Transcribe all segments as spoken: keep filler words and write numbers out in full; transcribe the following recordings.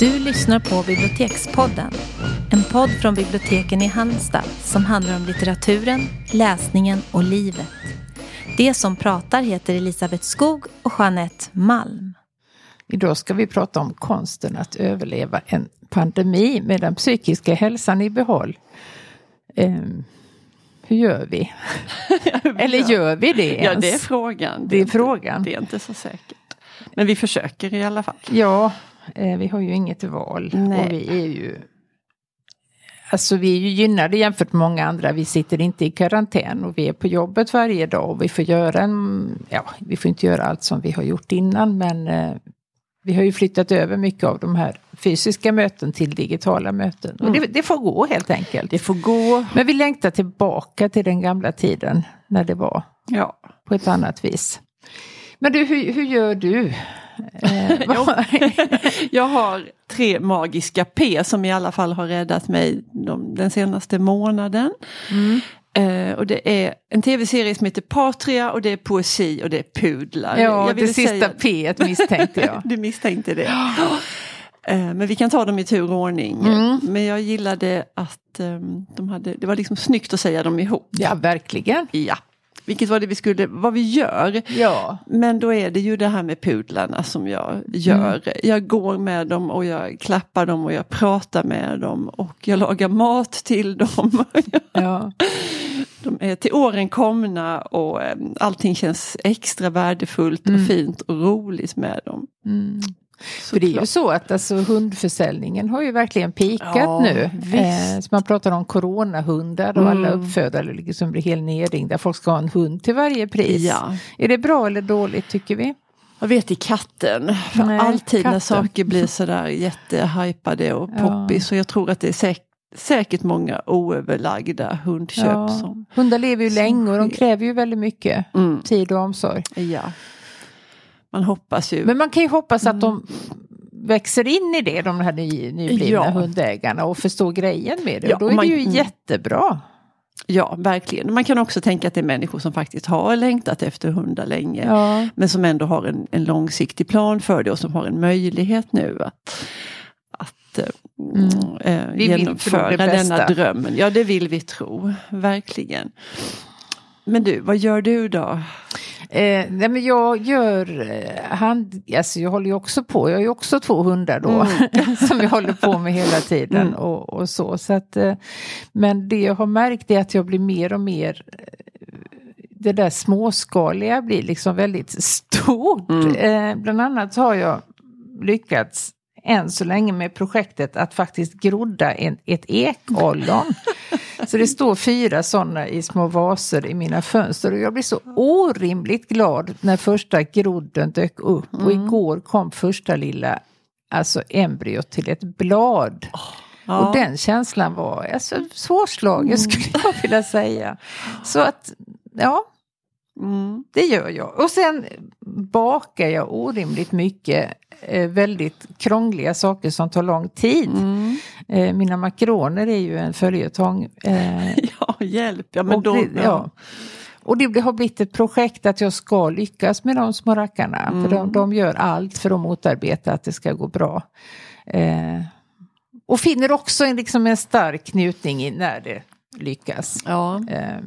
Du lyssnar på Bibliotekspodden, en podd från biblioteken i Halmstad som handlar om litteraturen, läsningen och livet. Det som pratar heter Elisabeth Skog och Jeanette Malm. Idag ska vi prata om konsten att överleva en pandemi med den psykiska hälsan i behåll. Um, hur gör vi? Eller gör vi det ens? Ja, det är frågan. Det är frågan. Det är inte så säkert. Men vi försöker i alla fall. Ja, eh, vi har ju inget val. Nej. Och vi är ju... Alltså vi är ju gynnade jämfört med många andra. Vi sitter inte i karantän och vi är på jobbet varje dag. Och vi får göra en... Ja, vi får inte göra allt som vi har gjort innan. Men eh, vi har ju flyttat över mycket av de här fysiska möten till digitala möten. Och Mm. det, det får gå helt enkelt. Det får gå. Men vi längtar tillbaka till den gamla tiden. När det var Ja. på ett annat vis. Men du, hur, hur gör du? Eh, vad- Jag har tre magiska P som i alla fall har räddat mig de, den senaste månaden. Mm. Eh, och det är en tv-serie som heter Patria och det är poesi och det är pudlar. Ja, Jag ville det sista säga- P misstänkte jag. Du misstänkte det. Eh, Men vi kan ta dem i tur och ordning. Mm. Men jag gillade att um, de hade, det var liksom snyggt att säga dem ihop. Ja, verkligen. Ja. Vilket var det vi skulle, vad vi gör. Ja. Men då är det ju det här med pudlarna som jag gör. Mm. Jag går med dem och jag klappar dem och jag pratar med dem. Och jag lagar mat till dem. Ja. De är till åren komna och eh, allting känns extra värdefullt Mm. och fint och roligt med dem. Mm. För det är ju Såklart. så att alltså, hundförsäljningen har ju verkligen pikat Ja, nu. visst. Eh, så man pratar om coronahundar och Mm. alla uppfödare liksom blir helt nerringda. Folk ska ha en hund till varje pris. Ja. Är det bra eller dåligt tycker vi? Jag vet i katten. För Nej, alltid när katten. saker blir sådär jättehypade och Ja. poppis. Så jag tror att det är säk- säkert många oöverlagda hundköp Ja. som... Hundar lever ju som länge och de sker. kräver ju väldigt mycket Mm. tid och omsorg. Ja. Man hoppas ju. Men man kan ju hoppas att Mm. de växer in i det, de här ny, nyblivna Ja. hundägarna och förstår grejen med det. Ja, och då är man- det ju mm. jättebra. Ja, verkligen. Man kan också tänka att det är människor som faktiskt har längtat efter hundar länge. Ja. Men som ändå har en, en långsiktig plan för det och som har en möjlighet nu att, att Mm. eh, Vi vill genomföra tro det bästa. denna drömmen. Ja, det vill vi tro. Verkligen. Men du, vad gör du då? Eh, nej men jag gör eh, hand, alltså jag håller ju också på, jag har ju också två hundar då som jag håller på med hela tiden Mm. och, och så. så att, eh, men det jag har märkt är att jag blir mer och mer, eh, det där småskaliga blir liksom väldigt stort. Mm. Eh, bland annat så har jag lyckats än så länge med projektet att faktiskt grodda en, ett ekollon. Så det står fyra sådana i små vaser i mina fönster och jag blir så orimligt glad när första grodden dök upp. Och Mm. igår kom första lilla alltså embryot till ett blad. Ja. Och den känslan var alltså, svårslagen skulle jag vilja säga. Så att, ja, Mm. det gör jag. Och sen bakar jag orimligt mycket eh, väldigt krångliga saker som tar lång tid. Mm. Eh, mina makaroner är ju en följetong. Eh, Ja, hjälp. Ja, men och, då, det, ja. ja. och det har blivit ett projekt att jag ska lyckas med de små rackarna. Mm. För de, de gör allt för att motarbeta att det ska gå bra. Eh, och finner också en, liksom en stark njutning i när det lyckas. Ja. Eh,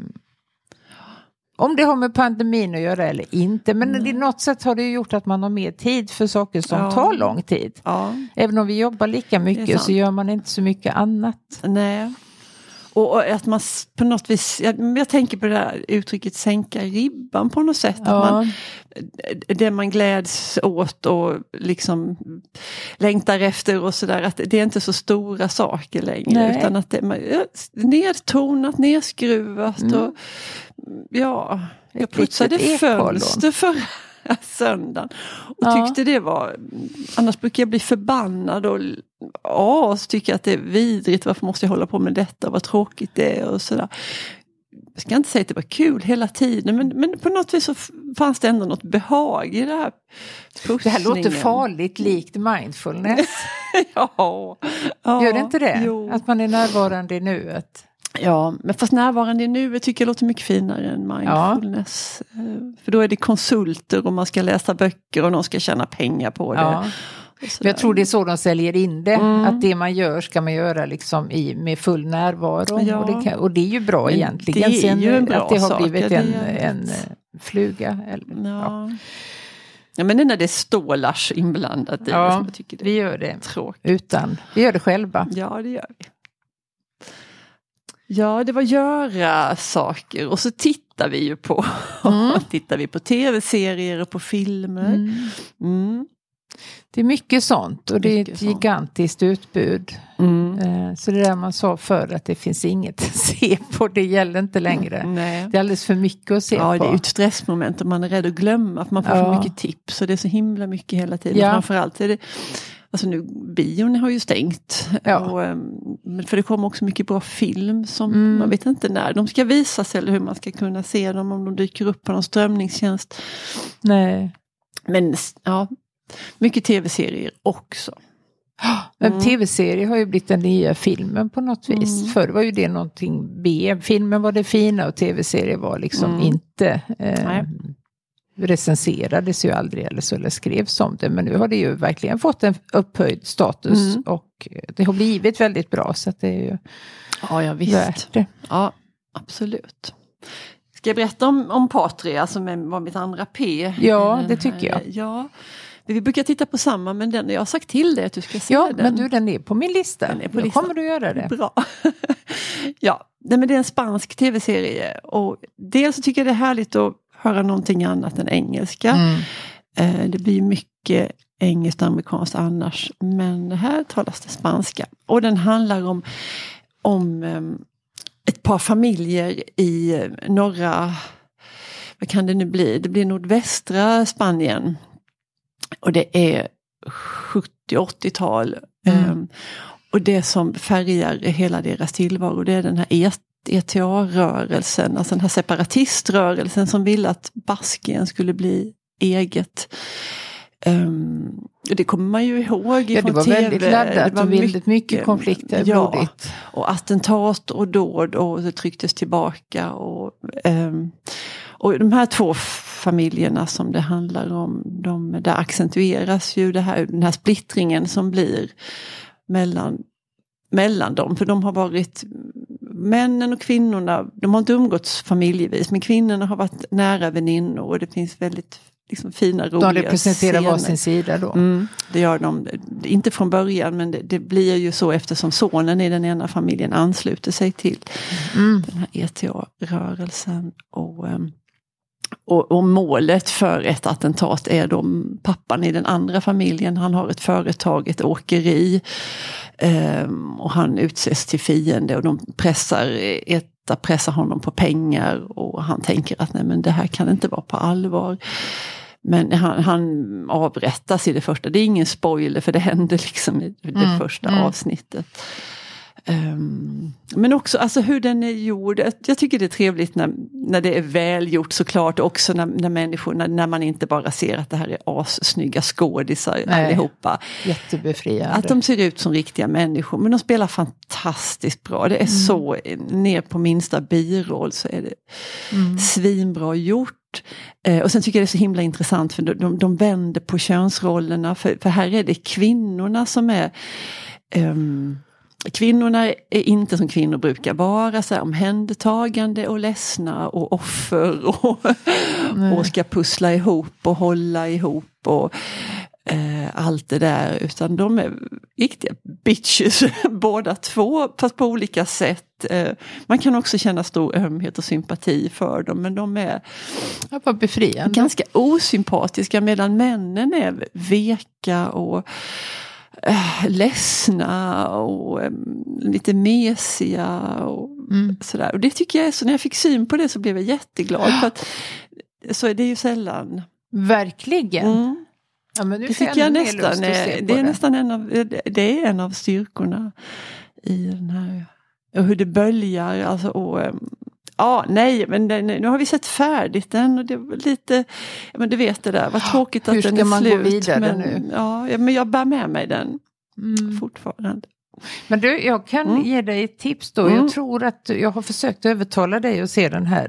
om det har med pandemin att göra eller inte. Men Mm. i något sätt har det ju gjort att man har mer tid för saker som Ja. tar lång tid. Ja. Även om vi jobbar lika Det är mycket sant. så gör man inte så mycket annat. Nej. Och, och att man s- på något vis, jag, jag tänker på det här uttrycket sänka ribban på något sätt. Att Ja. man, det man gläds åt och liksom längtar efter och sådär, att det är inte så stora saker längre. Nej. Utan att det är nedtonat, nedskruvat Mm. och ja, jag Ett putsade litet ekollon. fönster förra söndagen och Ja. tyckte det var, annars brukar jag bli förbannad och ja, så tycker jag att det är vidrigt, varför måste jag hålla på med detta, vad tråkigt det är och sådär. Jag ska inte säga att det var kul hela tiden, men, men på något vis så f- fanns det ändå något behag i det här pussningen. Det här låter farligt likt mindfulness. ja, ja. Gör det inte det? Jo. Att man är närvarande i nuet. Ja, men fast närvarande i nuet tycker jag låter mycket finare än mindfulness. Ja. För då är det konsulter och man ska läsa böcker och någon ska tjäna pengar på det. Ja. Jag tror det är så de säljer in det. Mm. Att det man gör ska man göra liksom i, med full närvaro. Ja. Och, det kan, och det är ju bra men egentligen. Det är ju en bra att det har sak. blivit ja, en, en fluga. Eller, ja. Ja. Ja, men när det är stålars inblandat i ja, det som jag tycker det vi gör det. Tråkigt. Utan, vi gör det själva. Ja, det gör vi. Ja, det var göra saker. Och så tittar vi ju på mm. tittar vi på tv-serier och på filmer. Mm. Mm. Det är mycket sånt och det mycket är ett sånt. Gigantiskt utbud. Mm. Så det där man sa förr att det finns inget att se på, det gäller inte längre. Nej. Det är alldeles för mycket att se ja, på. Ja, det är ett stressmoment och man är rädd att glömma för man får ja. för mycket tips och det är så himla mycket hela tiden. Ja. Framförallt är det, alltså nu, bion har ju stängt. Ja. Och, för det kommer också mycket bra film som mm. man vet inte när de ska visas eller hur man ska kunna se dem om de dyker upp på någon strömningstjänst. Nej. Men ja, mycket tv-serier också. Men mm. tv-serier har ju blivit den nya filmen på något vis. Mm. Förr var ju det någonting B. Filmen var det fina och tv-serier var liksom mm. inte eh, recenserades ju aldrig eller så eller skrevs om det. Men nu har det ju verkligen fått en upphöjd status mm. och det har blivit väldigt bra så att det är ju ja, ja, visst. värt det. Ja, absolut. Ska jag berätta om, om Patria som är, var mitt andra P? Ja, det tycker jag. Ja. Vi brukar titta på samma, men den, jag har sagt till dig att du ska se ja, den. Ja, men du, den är på min lista. Den är på Då listan. kommer du göra det. Bra. ja, men det är en spansk tv-serie. Och dels så tycker jag det är härligt att höra någonting annat än engelska. Mm. Eh, det blir mycket engelskt och amerikanskt annars. Men här talas det spanska. Och den handlar om, om um, ett par familjer i norra, vad kan det nu bli? Det blir nordvästra Spanien. Och det är sjuttio-åttiotal. Mm. Um, och det som färgar hela deras tillvaro, det är den här E T A-rörelsen. Alltså den här separatiströrelsen som ville att Baskien skulle bli eget. Um, det kommer man ju ihåg ja, det var T V. Väldigt laddat, det var väldigt mycket, mycket konflikter. Ja, blodigt. Och attentat och dåd och det trycktes tillbaka. Och, um, och de här två familjerna som det handlar om, de, där accentueras ju det här, den här splittringen som blir mellan, mellan dem. För de har varit, männen och kvinnorna, de har inte umgåtts familjevis, men kvinnorna har varit nära väninnor och det finns väldigt liksom fina, roliga de representerar varsin sida då. Mm, det gör de, inte från början, men det, det blir ju så eftersom sonen i den ena familjen ansluter sig till mm. den här E T A-rörelsen. Och, och, och målet för ett attentat är då pappan i den andra familjen. Han har ett företag, ett åkeri, um, och han utses till fiende och de pressar ett pressar honom på pengar och han tänker att nej, men det här kan inte vara på allvar. Men han, han avrättas i det första. Det är ingen spoiler för det händer liksom i det mm, första mm. avsnittet. Um, men också alltså hur den är gjord. Jag tycker det är trevligt när, när det är välgjort såklart. Också när, när människor, när, när man inte bara ser att det här är assnygga skådisar allihopa. Jättebefriande. Att de ser ut som riktiga människor. Men de spelar fantastiskt bra. Det är mm. så, ner på minsta biroll så är det mm. svinbra gjort. Eh, och sen tycker jag det är så himla intressant för de, de vänder på könsrollerna. För, för här är det kvinnorna som är... Um, Kvinnorna är inte som kvinnor brukar vara, så här, omhändertagande och ledsna och offer och, och ska pussla ihop och hålla ihop och eh, allt det där. Utan de är riktiga bitches båda två, fast på olika sätt. Eh, man kan också känna stor ömhet och sympati för dem, men de är ja, befriande. Ganska osympatiska medan männen är veka och Äh, ledsna och um, lite mesiga och mm. sådär. Och det tycker jag är så, när jag fick syn på det så blev jag jätteglad. För att, så är det ju sällan. Verkligen. Mm. Ja, men det tycker jag nästan är, det är det. nästan en av, det är en av styrkorna i den här. Och hur det böljar. Alltså, och, um, ja, nej, men den, nu har vi sett färdigt den och det var lite, men du vet det där, vad tråkigt att den är slut. Hur ska man gå vidare men, nu? Ja, men jag bär med mig den mm. fortfarande. Men du, jag kan mm. ge dig ett tips då. Mm. Jag tror att jag har försökt övertala dig att se den här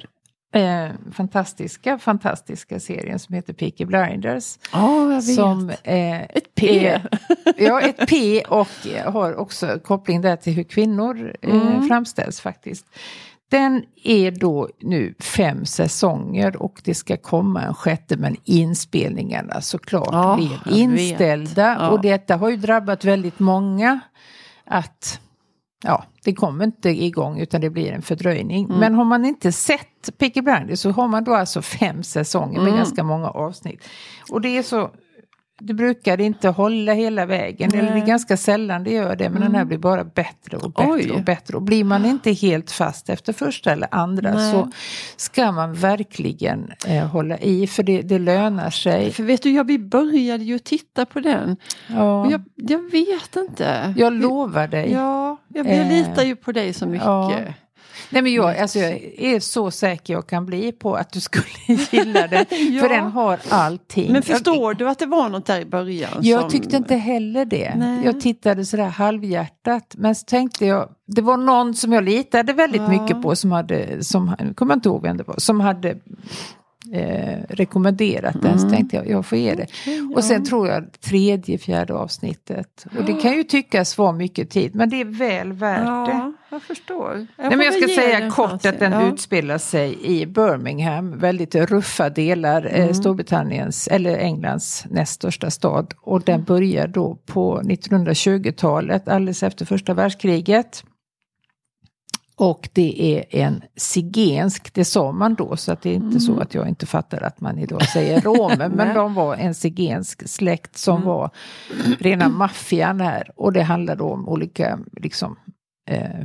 Eh, fantastiska, fantastiska serien som heter Peaky Blinders. Ja, jag vet. Som, eh, ett P. Är, ja, ett P och har också koppling där till hur kvinnor eh, mm. framställs faktiskt. Den är då nu fem säsonger och det ska komma en sjätte, men inspelningarna såklart ja, blev inställda. Ja. Och detta har ju drabbat väldigt många att ja, det kommer inte igång utan det blir en fördröjning. Mm. Men har man inte sett Peaky Blinders så har man då alltså fem säsonger med mm. ganska många avsnitt. Och det är så, det brukar inte hålla hela vägen. Nej. Eller det är ganska sällan det gör det. Men mm. den här blir bara bättre och bättre Oj. och bättre. Och blir man inte helt fast efter första eller andra Nej. så ska man verkligen eh, hålla i. För det, det lönar sig. För vet du, jag, vi började ju titta på den. Ja. Och jag, jag vet inte. Jag lovar dig. Ja, jag, jag eh, litar ju på dig så mycket. Ja. Nej, men jag, alltså jag är så säker jag kan bli på att du skulle gilla det. ja. För den har allting. Men förstår jag, du att det var något där i början? Jag som... tyckte inte heller det. Nej. Jag tittade sådär halvhjärtat. Men så tänkte jag, det var någon som jag litade väldigt ja. mycket på som hade, som, kommer inte ihåg vem det var, som hade eh, rekommenderat mm. den. Så tänkte jag, jag får ge det. Okay, ja. Och sen tror jag tredje, fjärde avsnittet. Och det kan ju tyckas vara mycket tid, men det är väl värt ja. det. Jag förstår. Jag, Nej, men jag ska säga kort chansen. att den ja. utspelar sig i Birmingham, väldigt ruffa delar, mm. Storbritanniens eller Englands näst största stad. Och den börjar då på nittonhundratjugotalet, alldeles efter första världskriget. Och det är en zigensk, det sa man då, så att det är inte mm. så att jag inte fattar att man idag säger romer. Men de var en zigensk släkt som mm. var rena maffian här. Och det handlar då om olika liksom Eh,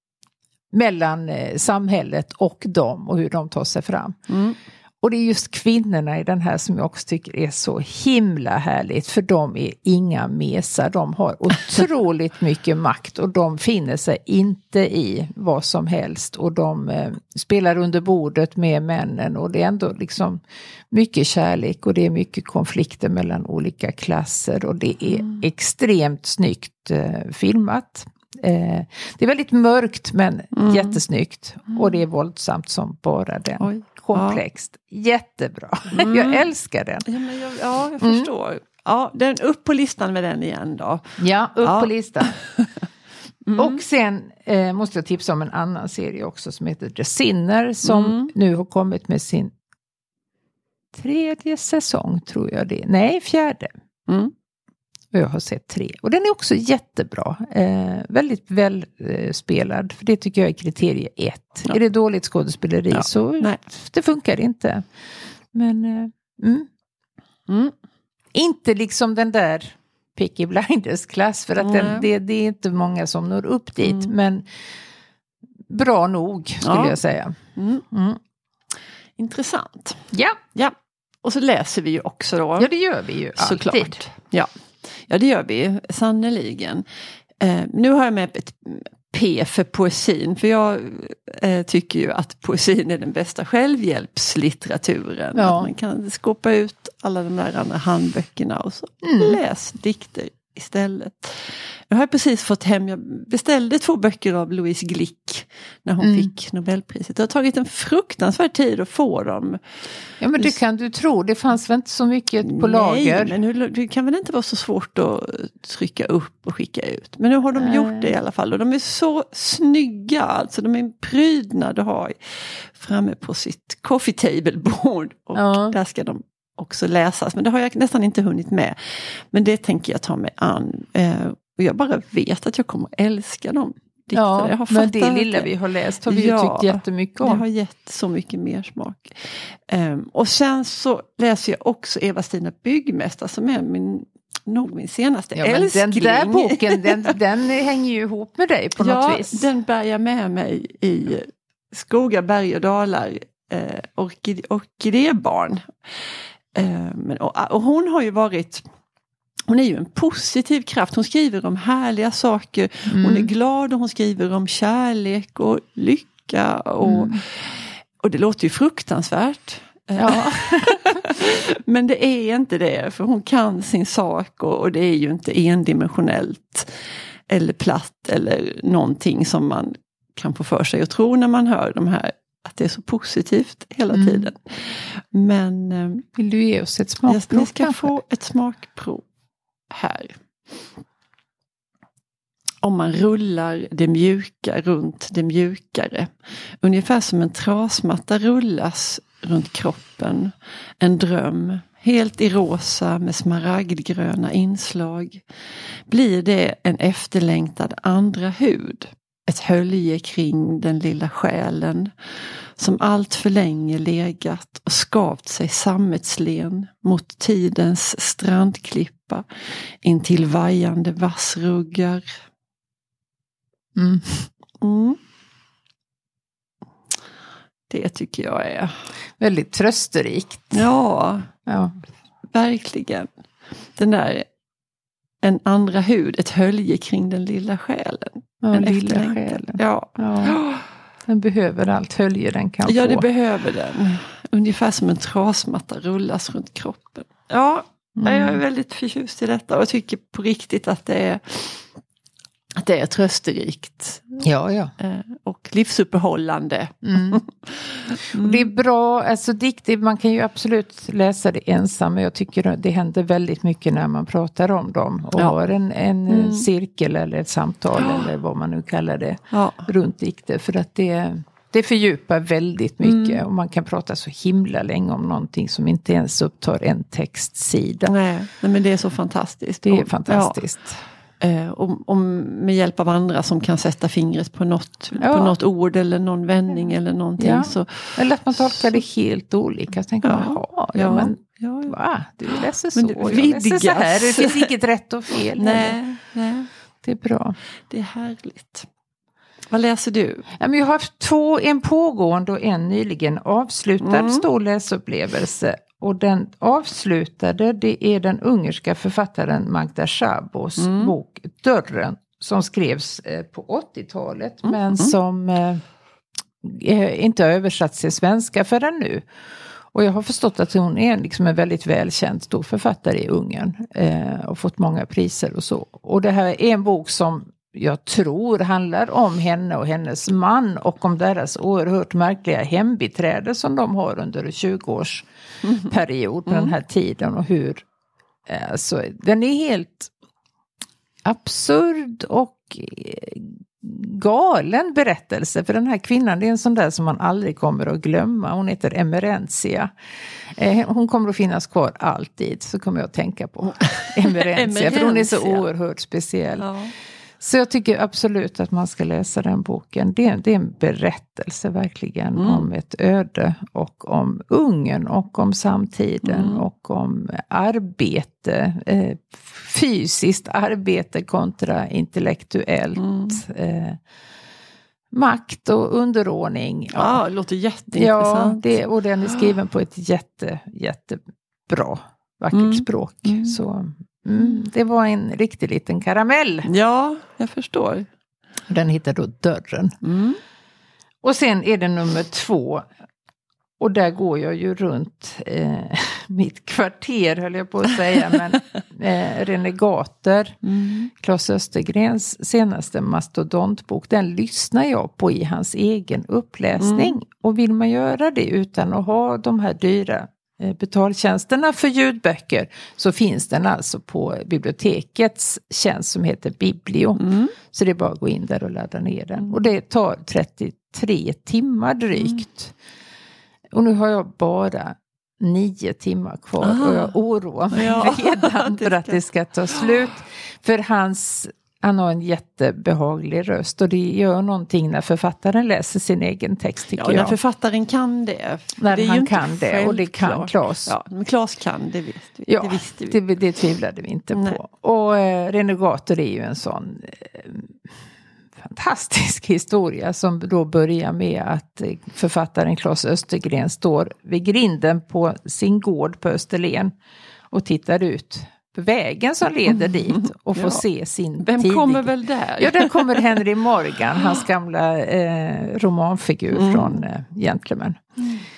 mellan eh, samhället och dem och hur de tar sig fram. Mm. Och det är just kvinnorna i den här som jag också tycker är så himla härligt, för de är inga mesar, de har otroligt mycket makt och de finner sig inte i vad som helst och de eh, spelar under bordet med männen och det är ändå liksom mycket kärlek och det är mycket konflikter mellan olika klasser och det är mm. extremt snyggt eh, filmat. Eh, det är väldigt mörkt men mm. jättesnyggt mm. och det är våldsamt som bara den. Oj. Komplext. Ja. Jättebra. Mm. Jag älskar den. Ja, men jag, ja, jag förstår. Mm. Ja, den, upp på listan med den igen då. Ja, upp ja. på listan. mm. Och sen eh, måste jag tipsa om en annan serie också som heter The Sinner som mm. nu har kommit med sin tredje säsong tror jag det. Nej, fjärde. Mm. Och jag har sett tre. Och den är också jättebra. Eh, väldigt väl eh, spelad. För det tycker jag är kriterie ett. Ja. Är det dåligt skådespeleri ja. så Nej. det funkar inte. Men eh, mm. Mm. inte liksom den där Peaky Blinders-klass. För att mm. den, det, det är inte många som når upp dit. Mm. Men bra nog skulle ja. jag säga. Mm. Mm. Intressant. Ja. Ja. Och så läser vi ju också då. Ja, det gör vi ju alltid. Såklart. Ja. Ja, det gör vi, sannoliken. Eh, nu har jag med ett P för poesin, för jag eh, tycker ju att poesin är den bästa självhjälpslitteraturen. Ja. Att man kan skåpa ut alla de där andra handböckerna och så mm. läs dikter istället. Jag har precis fått hem, jag beställde två böcker av Louise Glück när hon mm. fick Nobelpriset. Det har tagit en fruktansvärd tid att få dem. Ja, men det kan du tro. Det fanns väl inte så mycket på Nej, lager. Men hur, det kan väl inte vara så svårt att trycka upp och skicka ut. Men nu har de Nej. gjort det i alla fall. Och de är så snygga. Alltså de är en prydnad att ha framme på sitt coffee table-bord. Och ja. där ska de också läsas. Men det har jag nästan inte hunnit med. Men det tänker jag ta mig an. Eh, och jag bara vet att jag kommer älska dem. Ja, jag har men det lilla vi har läst har vi ja, ju tyckt jättemycket om. Det har gett så mycket mer smak. Um, och sen så läser jag också Eva-Stina Byggmästare som är min, nog min senaste ja, älskling. Den där boken, den, den hänger ju ihop med dig på ja, något vis. Ja, den bär jag med mig i skogar, berg och dalar. Eh, orkide, orkidébarn. Eh, men, och, och hon har ju varit... Hon är ju en positiv kraft. Hon skriver om härliga saker. Mm. Hon är glad och hon skriver om kärlek och lycka. Och, mm. och det låter ju fruktansvärt. Ja. Men det är inte det. För hon kan sin sak och, och det är ju inte endimensionellt. Eller platt eller någonting som man kan få för sig och tro när man hör de här att det är så positivt hela Mm. tiden. Men eh, Vill du ge oss ett smakprov? jag, jag ska kanske? få ett smakprov här. Om man rullar det mjuka runt det mjukare. Ungefär som en trasmatta rullas runt kroppen. En dröm, helt i rosa med smaragdgröna inslag. Blir det en efterlängtad andra hud. Ett hölje kring den lilla själen. Som allt för länge legat och skavt sig sammetslen mot tidens strandklippa. Intill vajande vassruggar. Mm. Mm. Det tycker jag är... Väldigt trösterikt. Ja, Ja. verkligen. Den där... En andra hud, ett hölje kring den lilla själen. Ja, en lilla efterlängtan. själen. Ja. Ja. Den behöver allt hölje den kan ja, få. det behöver den. Ungefär som en trasmatta rullas runt kroppen. Ja, Mm. jag är väldigt förtjust i detta. Och jag tycker på riktigt att det är, att det är trösterikt. Ja, ja. eh, Och livsuppehållande. Mm. Och det är bra, alltså dikter, man kan ju absolut läsa det ensam, men jag tycker det händer väldigt mycket när man pratar om dem och Ja. har en, en Mm. cirkel eller ett samtal Ja. eller vad man nu kallar det Ja. runt dikter, för att det, det fördjupar väldigt mycket Mm. och man kan prata så himla länge om någonting som inte ens upptar en textsida. Nej, nej, men det är så fantastiskt. Det är Och- fantastiskt. Ja, eh, om, om med hjälp av andra som kan sätta fingret på något, Ja. på något ord eller någon vändning eller någonting. Ja. Så, Eller att man tolkar det helt olika. Så tänker Ja. man, jaha, ja, ja, men ja, ja. va? Du läser Men så, det jag läser så här. vidgas. Det finns inget rätt och fel. heller. Nej, nej, Det är bra. det är härligt. Vad läser du? Ja, men jag har haft två, en pågående och en nyligen avslutad Mm. stor läsupplevelse. Och den avslutade, det är den ungerska författaren Magda Szabos Mm. bok Dörren. Som skrevs eh, på åttiotalet Mm. men Mm. som eh, eh, inte har översatts till svenska förrän nu. Och jag har förstått att hon är liksom en väldigt välkänd stor författare i Ungern. Eh, och fått många priser och så. Och det här är en bok som jag tror handlar om henne och hennes man. Och om deras oerhört märkliga hembiträde som de har under en tjugo-årsperiod på Mm. den här tiden. Och hur, eh, så, den är helt absurd och eh, galen berättelse. För den här kvinnan, det är en sån där som man aldrig kommer att glömma. Hon heter Emerentia. Eh, hon kommer att finnas kvar alltid. Så kommer jag att tänka på Emerentia. För hon är så Emerentia. oerhört speciell. Ja. Så jag tycker absolut att man ska läsa den boken. Det är, det är en berättelse verkligen Mm. om ett öde och om Ungern och om samtiden Mm. och om arbete, eh, fysiskt arbete kontra intellektuellt. Mm. Eh, makt och underordning. Ja, det låter ja jätteintressant. det, och den är skriven på ett jätte, jättebra, vackert Mm. språk. Mm. Så mm, det var en riktig liten karamell. Ja, jag förstår. Den hittar då Dörren. Mm. Och sen är det nummer två. Och där går jag ju runt eh, mitt kvarter höll jag på att säga. Men eh, Renegater, Mm. Claes Östergrens senaste mastodontbok. Den lyssnar jag på i hans egen uppläsning. Mm. Och vill man göra det utan att ha de här dyra eh, betaltjänsterna för ljudböcker. Så finns den alltså på bibliotekets tjänst som heter Biblio. Mm. Så det är bara att gå in där och ladda ner den. Och det tar trettiotre timmar drygt. Och nu har jag bara nio timmar kvar. Ah. Och jag oroar mig Ja, redan det för att ska- det ska ta slut. För hans, han har en jättebehaglig röst. Och det gör någonting när författaren läser sin egen text tycker Ja, när jag. författaren kan det. När det är han ju inte kan det, och det kan självklart. Claes. Ja, men Claes kan, det, vet vi. Ja, det visste vi. det, det tvivlade vi inte Nej. på. Och eh, Renegater är ju en sån eh, fantastisk historia som då börjar med att eh, författaren Claes Östergren står vid grinden på sin gård på Österlen och tittar ut på vägen som leder dit och får Ja. se sin Vem tidig... kommer väl där? Ja, där kommer Henry Morgan, hans gamla eh, romanfigur Mm. från eh, Gentleman.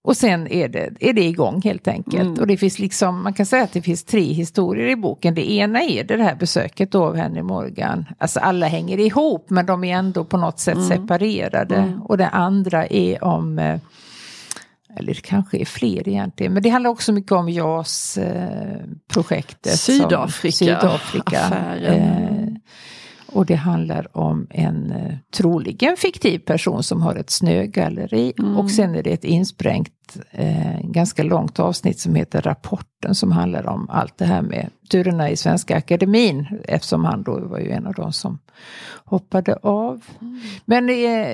och sen är det, är det igång helt enkelt. Mm. Och det finns liksom, man kan säga att det finns tre historier i boken. Det ena är det här besöket då av Henry Morgan. Alltså alla hänger ihop, men de är ändå på något sätt mm. separerade. Mm. Och det andra är om, eller det kanske är fler egentligen, men det handlar också mycket om J A S-projektet. Sydafrika. Sydafrika. Affären. Eh, Och det handlar om en eh, troligen fiktiv person som har ett snögalleri. Mm. Och sen är det ett insprängt, eh, ganska långt avsnitt som heter Rapporten. Som handlar om allt det här med turerna i Svenska Akademin. Eftersom han då var ju en av de som hoppade av. Mm. Men eh,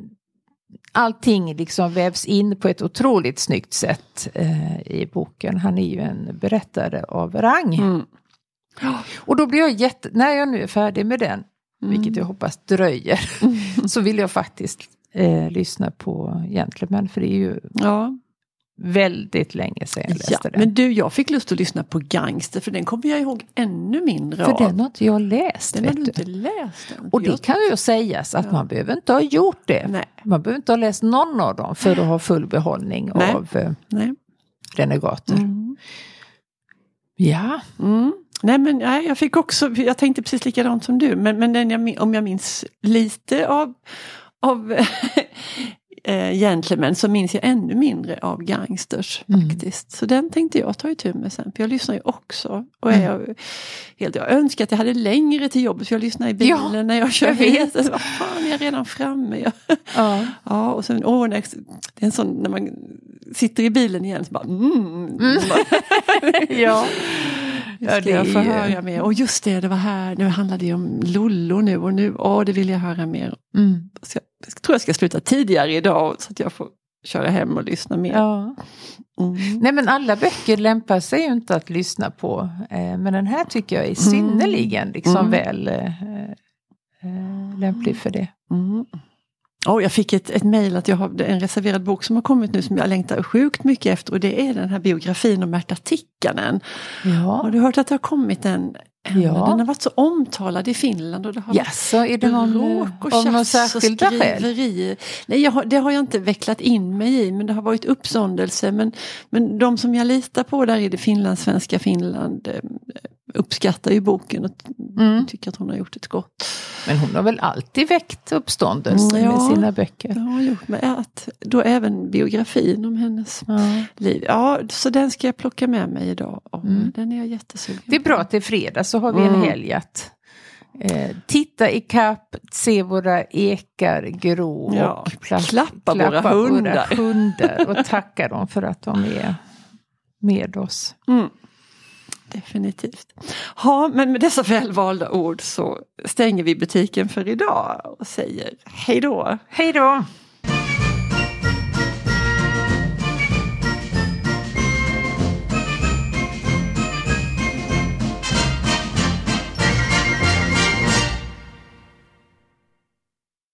allting liksom vävs in på ett otroligt snyggt sätt eh, i boken. Han är ju en berättare av rang. Mm. Och då blir jag jätte... När jag nu är färdig med den, mm. vilket jag hoppas dröjer, mm. så vill jag faktiskt eh, lyssna på Gentleman. För det är ju ja. väldigt länge sedan jag läste ja, den. Men du, jag fick lust att lyssna på Gangster, för den kommer jag ihåg ännu mindre för av. För den har inte jag läst, Den vet har du du. inte läst. Den. Och det jag... kan ju sägas att ja. man behöver inte ha gjort det. Nej. Man behöver inte ha läst någon av dem för att ha full behållning Nej. av eh, Nej. renegater. Mm. Ja. Mm. Nej, men nej, jag fick också, jag tänkte precis likadant som du, men, men den jag, om jag minns lite av, av äh, Gentleman, så minns jag ännu mindre av Gangsters mm. faktiskt. Så den tänkte jag ta itu med sen, för jag lyssnar ju också. Och mm. jag, helt, jag önskar att jag hade längre till jobbet, för jag lyssnar i bilen ja, när jag kör vet. Vad fan, jag är redan framme. Jag, ja. ja, och sen, åh, när, det är en sån, när man sitter i bilen igen, så bara, mm. mm. ja. Ja, det jag får ju... höra mer. Och just det, det var här, nu handlar det om Lollo nu och nu, åh, det vill jag höra mer. Mm. Så jag, jag tror jag ska sluta tidigare idag så att jag får köra hem och lyssna mer. Ja. Mm. Nej, men alla böcker lämpar sig ju inte att lyssna på. Eh, men den här tycker jag är synnerligen liksom mm. väl eh, eh, lämplig för det. Mm. Oh, jag fick ett, ett mejl att jag har en reserverad bok som har kommit nu som jag längtar sjukt mycket efter, och det är den här biografin om Märta Tikkanen. Ja. Har du hört att det har kommit en, en ja. den har varit så omtalad i Finland, och det har yes, så är det någon, och av någon särskild skriveri. Nej, jag har, det har jag inte vecklat in mig i, men det har varit uppståndelse, men, men de som jag litar på där i det finlandssvenska Finland eh, uppskattar ju boken och mm. tycker att hon har gjort ett gott. Men hon har väl alltid väckt uppståndelse mm, ja, med sina böcker. Ja, hon har gjort med att då även biografin om hennes ja. liv. Ja, så den ska jag plocka med mig idag. Och mm. den är jag jättesugen på. Det är bra att det är fredag, så har vi en mm. helg att eh, titta i kapp, se våra ekar gro ja. och pla- klappa, klappa våra hundar. våra hundar och tacka dem för att de är med oss. Mm. Definitivt. Ja, men med dessa välvalda ord så stänger vi butiken för idag och säger hej då. Hej då!